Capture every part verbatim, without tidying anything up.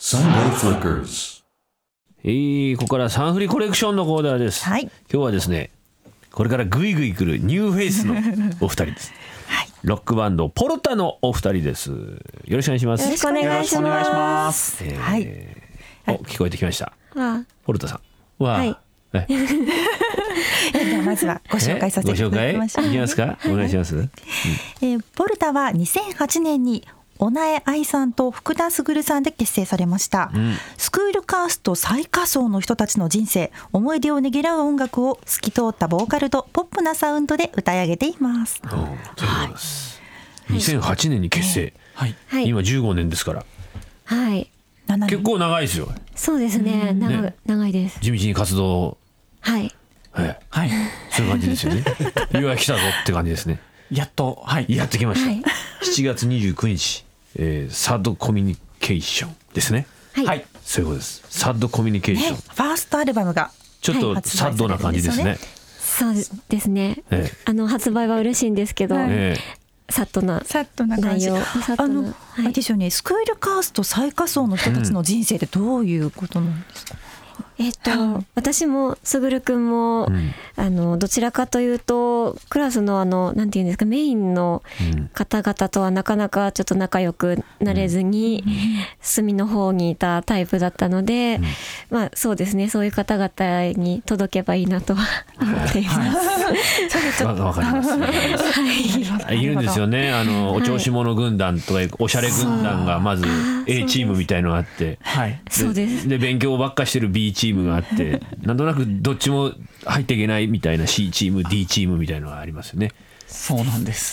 Sunday Flickers。 えー、ここからサンフリコレクションのコーナーです、 はい、 今日はですねこれからグイグイ来るニューフェイスのお二人です、はい、ロックバンドポルタのお二人です。よろしくお願いします。 よろしくお願いします、 えーはい、 お聞こえてきました。ポルタさんは、 はい、 えではまずはご紹介させていただきましょう。 ご紹介いきますか、お願いします、うんえー、ポルタはにせんはちねんに尾上愛さんと福田卓さんで結成されました、うん、スクールカースト最下層の人たちの人生思い出をねぎらう音楽を透き通ったボーカルとポップなサウンドで歌い上げています。 そうです、はい、にせんはちねんに結成、はい、今じゅうごねんですから、 はい、 結構長いですよ。 そうですね、長, ね長いです。 地道に活動、 はいはいはい、そういう感じですよねいよいよ来たぞって感じですね。 やっと、はい、 やってきました、はい、しちがつにじゅうくにち、えー、サッドコミュニケーションですね。 はい、はい、 そういうことです。サッドコミュニケーション、ね、 ファーストアルバムがちょっとサッドな感じですね、はい、 そうですね、ええ、あの発売は嬉しいんですけど、はい、サッドなサッドな感じ。あの、はい、あれでしょうね、スクールカースト最下層の人たちの人生ってどういうことなんですか。 うん、えっと、私もすぐるくんも、うん、あのどちらかというとクラスのあのなんていうんですか、メインの方々とはなかなかちょっと仲良くなれずに、うん、隅の方にいたタイプだったので、うん、まあそうですね、そういう方々に届けばいいなとは思っています。 わかります、ね、はい、いるんですよね、あのお調子者軍団とかおしゃれ軍団がまず A チームみたいのがあって、 はい、そうです。 で勉強ばっかしてる B チームがあってなんとなくどっちも入っていけないみたいな C チーム D チームみたいなのがありますよね。 そうなんです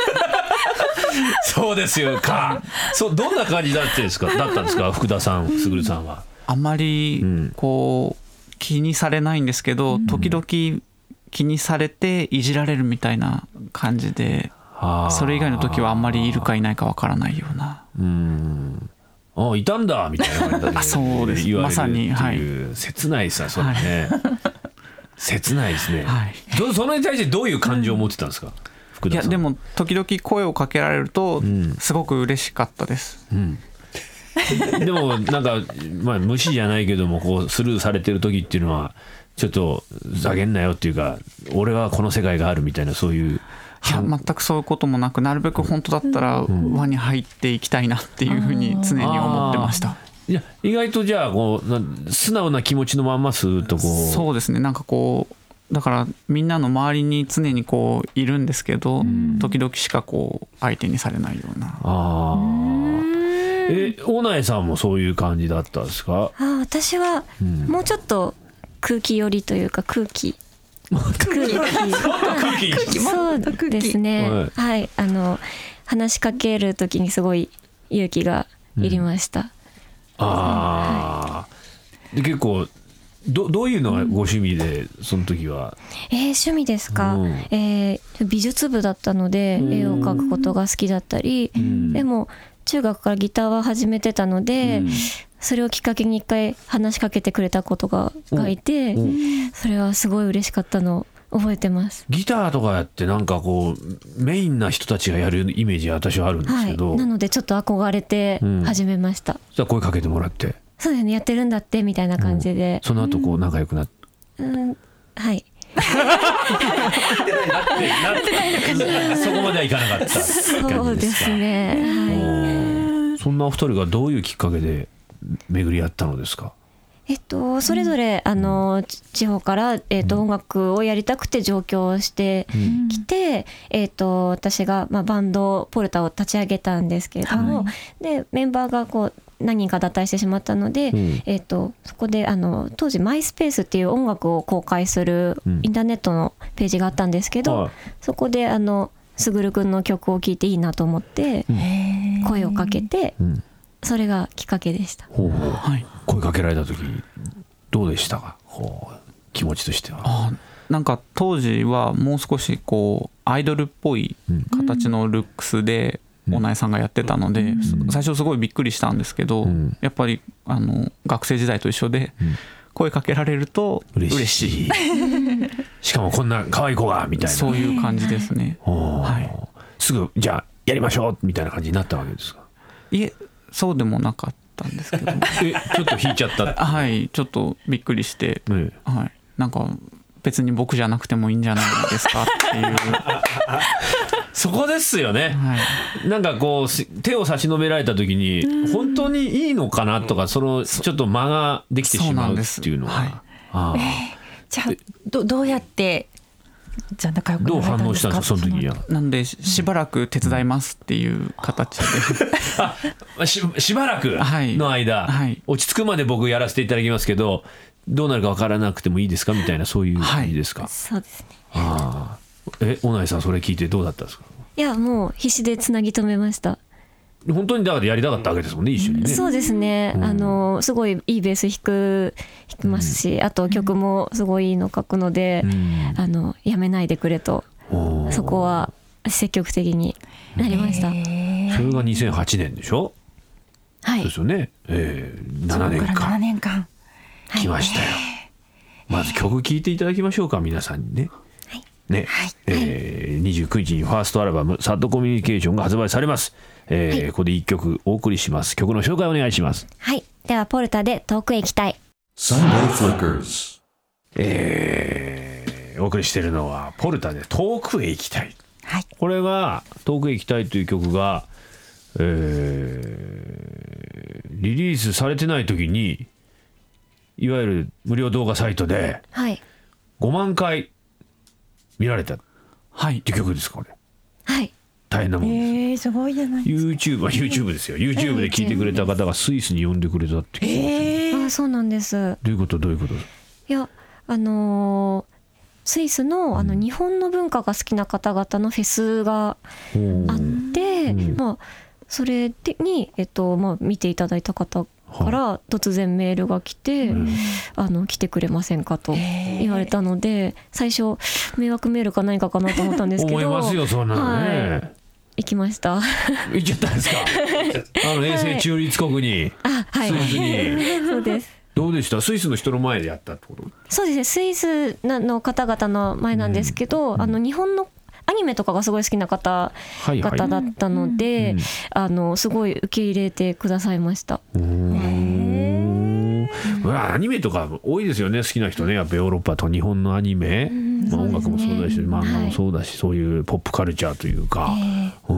そうですよか。そうどんな感じだったんですかだったんですか福田さん、すぐるさんは。 あんまりこう気にされないんですけど、時々気にされていじられるみたいな感じで、それ以外の時はあんまりいるかいないかわからないような。 うーん、あいたんだみたいな感じであそうです、まさに、はい、 切ないさ、それね、はい、切ないですね、 はい、 そのに対してどういう感情を持ってたんですか、うん、福田さん。 いやでも時々声をかけられるとすごく嬉しかったです、 うんうん、でもなんか、まあ、無視じゃないけどもこうスルーされてる時っていうのはちょっとざげんなよっていうか、俺はこの世界があるみたいな、そういう。 いや全くそういうこともなく、なるべく本当だったら輪に入っていきたいなっていうふうに常に思ってました。 いや意外とじゃあこう素直な気持ちのまんますーっとこう。 そうですね、なんかこうだからみんなの周りに常にこういるんですけど、うん、時々しかこう相手にされないような。 あえ尾内さんもそういう感じだったんですか。 あ私はもうちょっと空気寄りというか空気空気空気そうですね、はい、はい、あの話しかけるときにすごい勇気がいりました、うん、 ああ、はい、で結構 ど, どういうのがご趣味で、うん、その時は。 えー、趣味ですか、うん、えー、美術部だったので絵を描くことが好きだったり、うん、でも中学からギターは始めてたので、うん、それをきっかけに一回話しかけてくれたことががいて、それはすごい嬉しかったのを覚えてます。 ギターとかやってなんかこうメインな人たちがやるイメージは私はあるんですけど、 はい、なのでちょっと憧れて始めました、うん、 じゃあ声かけてもらって。そうですね、やってるんだってみたいな感じで、 うん、その後こう仲良くなって、 うん、はいそこまではいかなかった感じですか。 そうですね、はい、 そんなお二人がどういうきっかけで巡り合ったのですか。 えっと、それぞれ、うん、あの地方から、えっと、音楽をやりたくて上京してきて、うん、えっと、私が、まあ、バンドポルタを立ち上げたんですけれども、はい、でメンバーがこう何人か脱退してしまったので、うん、えっと、そこであの当時マイスペースっていう音楽を公開するインターネットのページがあったんですけど、うん、そこであのすぐるくんの曲を聴いていいなと思って声をかけて、うん、それがきっかけでした。 ほうほう、はい、声かけられた時どうでしたか、ほう気持ちとしては。 あなんか当時はもう少しこうアイドルっぽい形のルックスで尾内さんがやってたので、うん、最初すごいびっくりしたんですけど、うん、やっぱりあの学生時代と一緒で声かけられると嬉しい、嬉しいしかもこんな可愛い子がみたいな、 そういう感じですね、はい、 すぐじゃあやりましょうみたいな感じになったわけですか。 いえそうでもなかったったんですけどえちょっと引いちゃったはいちょっとびっくりして、 ね、 はい、なんか別に僕じゃなくてもいいんじゃないですかっていうそこですよね、 はい、 なんかこう手を差し伸べられた時に本当にいいのかなとか、そのちょっと間ができてしまうっていうのは、はい、あ、 えー、じゃあ ど, どうやってじゃあ仲良くなられたんですか？ どう反応したんですかその時は。 なんでしばらく手伝いますっていう形であ し, しばらくの間、はいはい、落ち着くまで僕やらせていただきますけど、どうなるか分からなくてもいいですかみたいな、そういう感じですか？ はい、そうですね。 あえ小内さんそれ聞いてどうだったんですか？ いやもう必死でつなぎ止めました。 本当にだからやりたかったわけですもんね、一緒にね。 そうですね、うん、あのすごいいいベース弾く弾きますし、うん、あと曲もすごいいいの書くので、うん、あのやめないでくれと、そこは積極的になりました。 それがにせんはちねんでしょ？ はい。 そうですよね、えー、ななねんかんななねんかん来ましたよ、はい、まず曲聴いていただきましょうか、皆さんにね。 はいね、はい、えー、にじゅうくにちにファーストアルバムサッドコミュニケーションが発売されます。えーはい、ここでいっきょくお送りします。曲の紹介お願いします。 はい、ではポルタで遠くへ行きたい。 Sunday Flickers、えー、お送りしているのはポルタで遠くへ行きたい、 はい、 これが遠くへ行きたいという曲が、えー、リリースされてない時にいわゆる無料動画サイトでごまんかい見られたっていう曲ですか、これ。 はい、 大変なもんです。 えー、すごいじゃないですか。 YouTube は YouTube ですよ。 YouTube で聞いてくれた方がスイスに呼んでくれたって聞いてます、ね。 えー、あ、そうなんです。 どういうことどういうこと？ いや、あのー、スイスの、あの日本の文化が好きな方々のフェスがあって、まあ、それに、えっとまあ、見ていただいた方から突然メールが来て、あの来てくれませんかと言われたので、最初迷惑メールか何かかなと思ったんですけど、 思いますよそんなのね、はい、 行きました。 行っちゃったんですか？あの永世中立国に、 はい、 スイスに。 そうです。 どうでした？スイスの人の前でやったってこと？ そうですね、スイスの方々の前なんですけど、うん、あの日本のアニメとかがすごい好きな方々だったので、はいはい、あのすごい受け入れてくださいました。 アニメとか多いですよね、好きな人ね。やっぱヨーロッパと日本のアニメ、まあ、音楽もそうだし、漫画もそうだし、はい、そういうポップカルチャーというか、うん、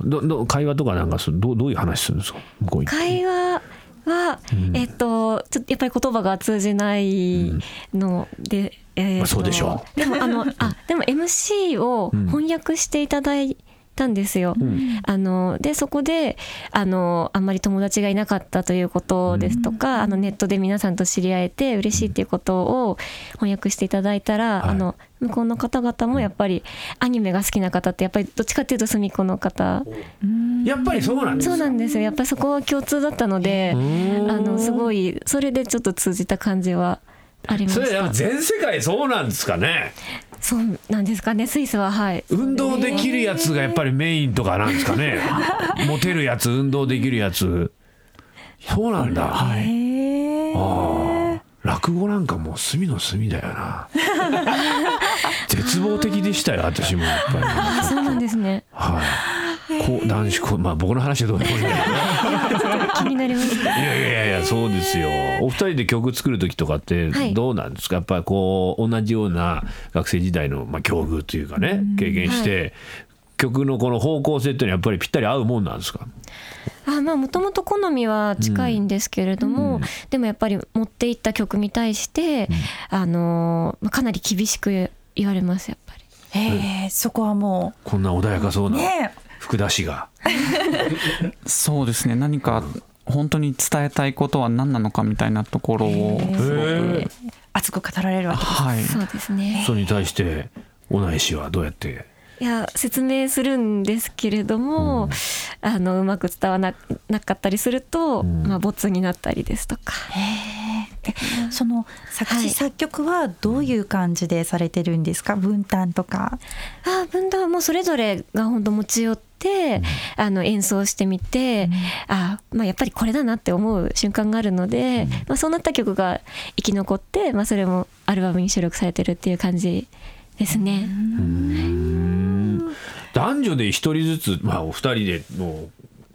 どど会話とかなんかどどういう話するんですか？向こうに会話は、うん、えっとちょっとやっぱり言葉が通じないので、うん、えーまあ、そうでしょう。でもあのあでも エムシー を翻訳していただいたんですよ、うん、あのでそこであのあんまり友達がいなかったということですとか、うん、あのネットで皆さんと知り合えて嬉しいっていうことを翻訳していただいたら、うん、あの向こうの方々もやっぱりアニメが好きな方ってやっぱりどっちかっていうと隅っこの方、 うん、やっぱりそうなんですそうなんですよ。やっぱりそこは共通だったので、あのすごいそれでちょっと通じた感じはありました。 それやっぱ全世界そうなんですかね？ そうなんですかね、スイスは。はい、運動できるやつがやっぱりメインとかなんですかね。モテるやつ、運動できるやつ、そうなんだ。はい、あ落語なんかもう隅の隅だよな。絶望的でしたよ、私もやっぱり。 あ、そうなんですね。 はい、こう男子こう、まあ、僕の話はどうでもいいんだけど気になりますね。 いやいやいや、そうですよ。お二人で曲作る時とかってどうなんですか？やっぱりこう同じような学生時代の、まあ、境遇というかね、経験して、はい、曲のこの方向性っていうのはやっぱりぴったり合うもんなんですか？ あ、まあもともと好みは近いんですけれども、うん、でもやっぱり持っていった曲に対して、うん、あのかなり厳しく言われます、やっぱり。 へえ、そこはもうこんな穏やかそうな福田氏が、 ね、そうですね、何か本当に伝えたいことは何なのかみたいなところをすごく熱く語られるわけです、 はい、 そうですね。 それに対して小内氏はどうやって？ いや説明するんですけれども、うん、あのうまく伝わら な, なかったりすると、うんまあ、ボツになったりですとか。 へー。その作詞作曲はどういう感じでされてるんですか？分担とか。 あ、分担はもうそれぞれが本当持ち寄って、うん、あの演奏してみて、うんあまあ、やっぱりこれだなって思う瞬間があるので、うんまあ、そうなった曲が生き残って、まあ、それもアルバムに収録されてるっていう感じですね。 うーん、男女で一人ずつ、まあ、お二人での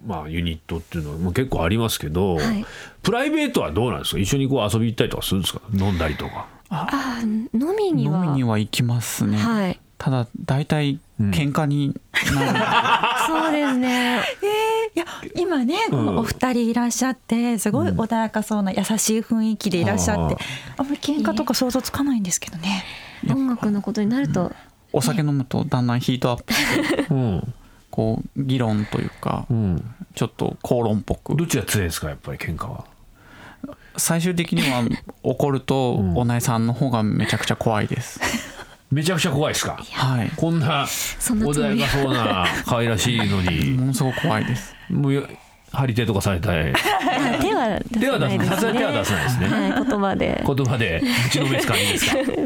まあ、ユニットっていうのはもう結構ありますけど、 はい、 プライベートはどうなんですか？一緒にこう遊び行ったりとかするんですか？飲んだりとか。 あ飲みには飲みには行きますね、 はい、 ただ大体喧嘩になる、うん、 そうですね、 えー、いや今ね、このお二人いらっしゃってすごい穏やかそうな優しい雰囲気でいらっしゃって、うん、あんまり喧嘩とか想像つかないんですけどね。 音楽のことになると、うん、 お酒飲むとだんだんヒートアップして、うん、こう議論というか、うん、ちょっと口論っぽく。 どっちが強いですか？やっぱり喧嘩は。 最終的には怒るとおなえさんの方がめちゃくちゃ怖いです。 めちゃくちゃ怖いですか？ はい。 こんな穏やかそうな可愛らしいのにものすごく怖いです。 もう張り手とかされたい。 手は出さないですね。 さすがに手は出さないですね、 はい、言葉で言葉でぶちのめす感じですか？うん、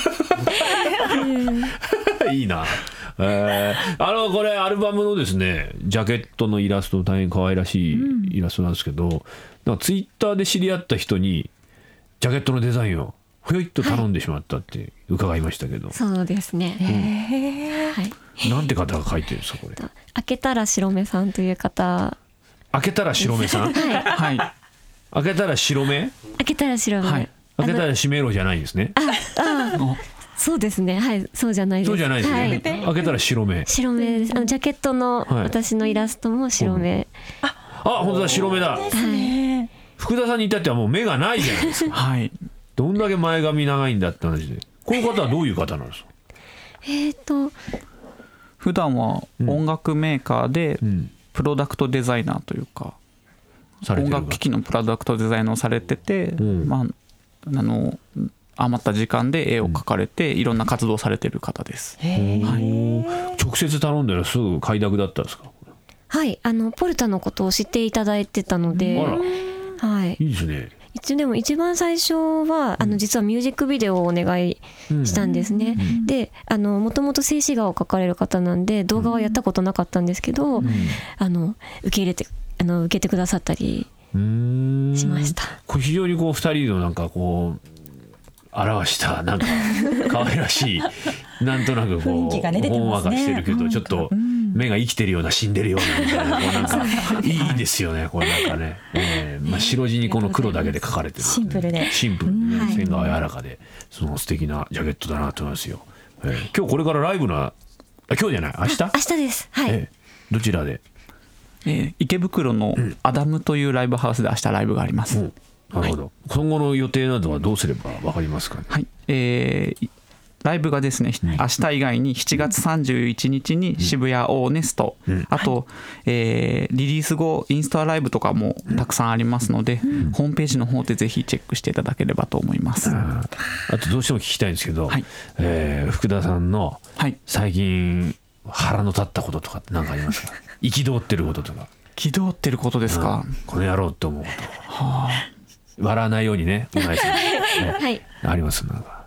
はい。いいな。えー、あのこれアルバムのですねジャケットのイラスト大変可愛らしいイラストなんですけど、うん、なんかツイッターで知り合った人にジャケットのデザインをひょいっと頼んでしまったって伺いましたけど、 はい、そうですね、 うんはい、 なんて方が書いてるんですかこれ？ 開けたら白目さんという方。 開けたら白目さんはい、 はい、 開けたら白目開けたら白目、はい、 開けたら閉めろじゃないんですね。 ああそうですね、はい、そうじゃないです。 そうじゃないですね、はい、開けたら白目白目です。あのジャケットの私のイラストも白目、はい、 ああ本当だ白目だ、 はい、 福田さんに至ってはもう目がないじゃないですか。 はい、 どんだけ前髪長いんだって話で。この方はどういう方なんですか？ えっと普段は音楽メーカーでプロダクトデザイナーというか、うん、音楽機器のプロダクトデザイナーをされてて、うん、まああの余った時間で絵を描かれていろんな活動をされてる方です。 はい、 直接頼んだらすぐ快諾だったんですか？ はい、あのポルタのことを知っていただいてたので、 あら、 はい、 いいですね。 一応でも一番最初はあの実はミュージックビデオをお願いしたんですね、うん、であのもともと静止画を描かれる方なんで動画はやったことなかったんですけど、うん、あの受け入れてあの受けてくださったりしました。 これ非常にこうふたりのなんかこう表したなんか可愛らしいなんとなくこうほんわかしてるけどちょっと目が生きてるような死んでるようなみたいなこうなんかいいですよねこれなんかね、えーまあ、白地にこの黒だけで描かれてる、ね、 シンプルでシンプルにね線が柔らかでその素敵なジャケットだなと思いますよ、えー、今日これからライブな今日じゃない明日明日です、はい、 えー、どちらで？ えー、池袋のアダムというライブハウスで明日ライブがあります、うん、 なるほど、はい、今後の予定などはどうすれば分かりますかね？ はい、えー、ライブがですね、うん、明日以外にしちがつさんじゅういちにちに渋谷オーネスト、うん、あと、はい、えー、リリース後インスタライブとかもたくさんありますので、うん、ホームページの方でぜひチェックしていただければと思います。 あ, あとどうしても聞きたいんですけど、はい、えー、福田さんの最近腹の立ったこととかって何かありますか？憤ってることとか。 憤ってることですか？ うん、この野郎って思うこと、はあ、笑わないようにね、うまいですね、はい、ありますなんか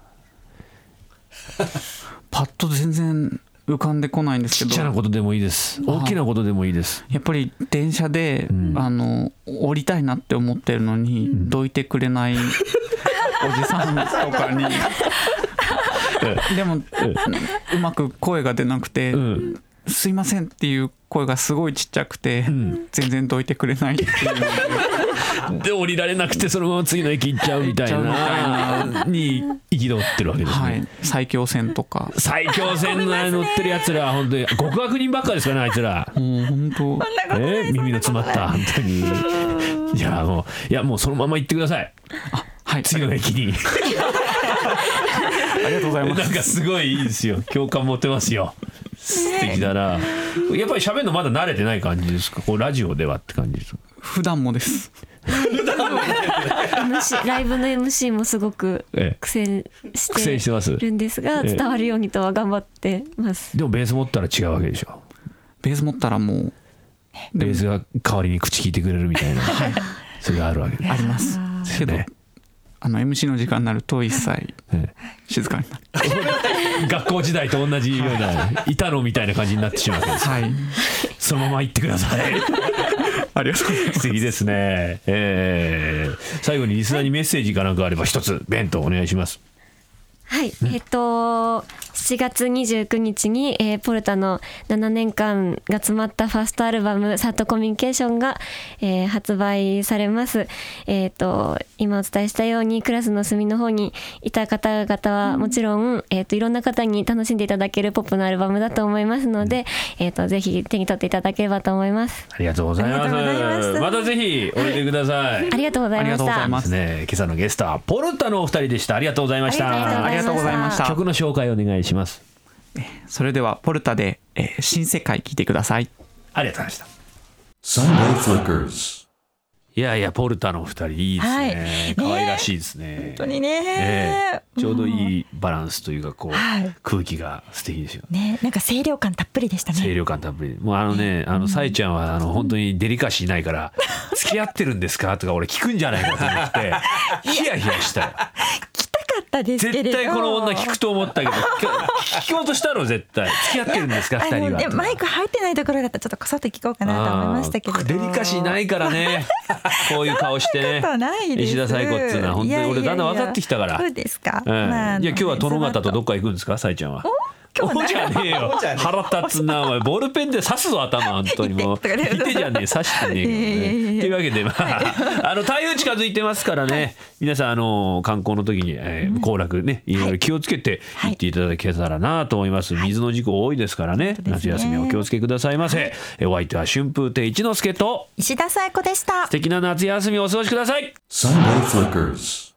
パッと全然浮かんでこないんですけど、 ちっちゃなことでもいいです、大きなことでもいいです。 やっぱり電車で、うん、あの降りたいなって思ってるのに、うん、どいてくれないおじさんとかにでも、うん、うまく声が出なくて、うん、すいませんっていう声がすごいちっちゃくて、うん、全然どいてくれないっていうのでで降りられなくてそのまま次の駅行っちゃうみたいなに憤ってるわけですね、はい、 埼京線とか埼京線の乗ってるやつら本当に極悪人ばっかですからねあいつら。 もう本当、 えー、耳の詰まった本当にいやもういやもうそのまま行ってください。 あ、はい、 次の駅にありがとうございます。 なんかすごいいいですよ、共感持てますよ、素敵だな。やっぱり喋るのまだ慣れてない感じですか？こうラジオではって感じですか？ 普段もです。 エムシー ライブの エムシー もすごく苦戦してるんですが、伝わるようにとは頑張ってます。 でもベース持ったら違うわけでしょ？ ベース持ったらもうベースが代わりに口聞いてくれるみたいなそれがあるわけでありますけど、あの エムシー の時間になると一切静かになる学校時代と同じようないたのみたいな感じになってしまうわけです、はい、そのまま行ってくださいありがとうございます。 素敵ですね、えー、最後にリスナーにメッセージかなんかあれば一つベントお願いします。 はい、えっとしちがつにじゅうくにちに、えー、ポルタのななねんかんが詰まったファーストアルバムサットコミュニケーションが、えー、発売されます。えーと、今お伝えしたようにクラスの隅の方にいた方々はもちろん、えーと、いろんな方に楽しんでいただけるポップのアルバムだと思いますので、えーと、ぜひ手に取っていただければと思います。 ありがとうございます。またぜひおいでください。 ありがとうございました。 ですね、今朝のゲストはポルタのお二人でした。ありがとうございました。 ありがとうございました。 曲の紹介お願いします。 それではポルタで、えー、新世界聞いてください。 ありがとうございました。 Sunday Flickers。 いやいや、ポルタのお二人いいですね、はい、可愛らしいですね。 本当にね、 えー、ちょうどいいバランスというかこう、はい、空気が素敵ですよね。なんか清涼感たっぷりでしたね。 清涼感たっぷり。もうあのね、あのサイちゃんはあの本当にデリカシーないから付き合ってるんですかとか俺聞くんじゃないかと思ってヒヤヒヤしたよ。絶対この女聞くと思ったけど聞こうとしたろ。絶対付き合ってるんですかふたりは。 マイク入ってないところだったらちょっとこそっと聞こうかなと思いましたけれど、 デリカシーないからねこういう顔してね石田紗友子っつうのは本当に俺だんだん分かってきたから。 そうですか、 うん、まあ、いや今日は殿方とどっか行くんですかさいちゃんは。おじゃねえよ腹立つなお前。ボールペンで刺すぞ頭本当にもう見てじゃねえ刺してねえけどね。というわけで、まあ、あの台風近づいてますからね、皆さんあの観光の時に、えー、行楽ねいろいろ気をつけて行っていただけたらなと思います。水の事故多いですからね、夏休みお気をつけくださいませ。お相手は春風亭一之輔と石田紗友子でした。 素敵な夏休みをお過ごしください。 Sunday Flickers。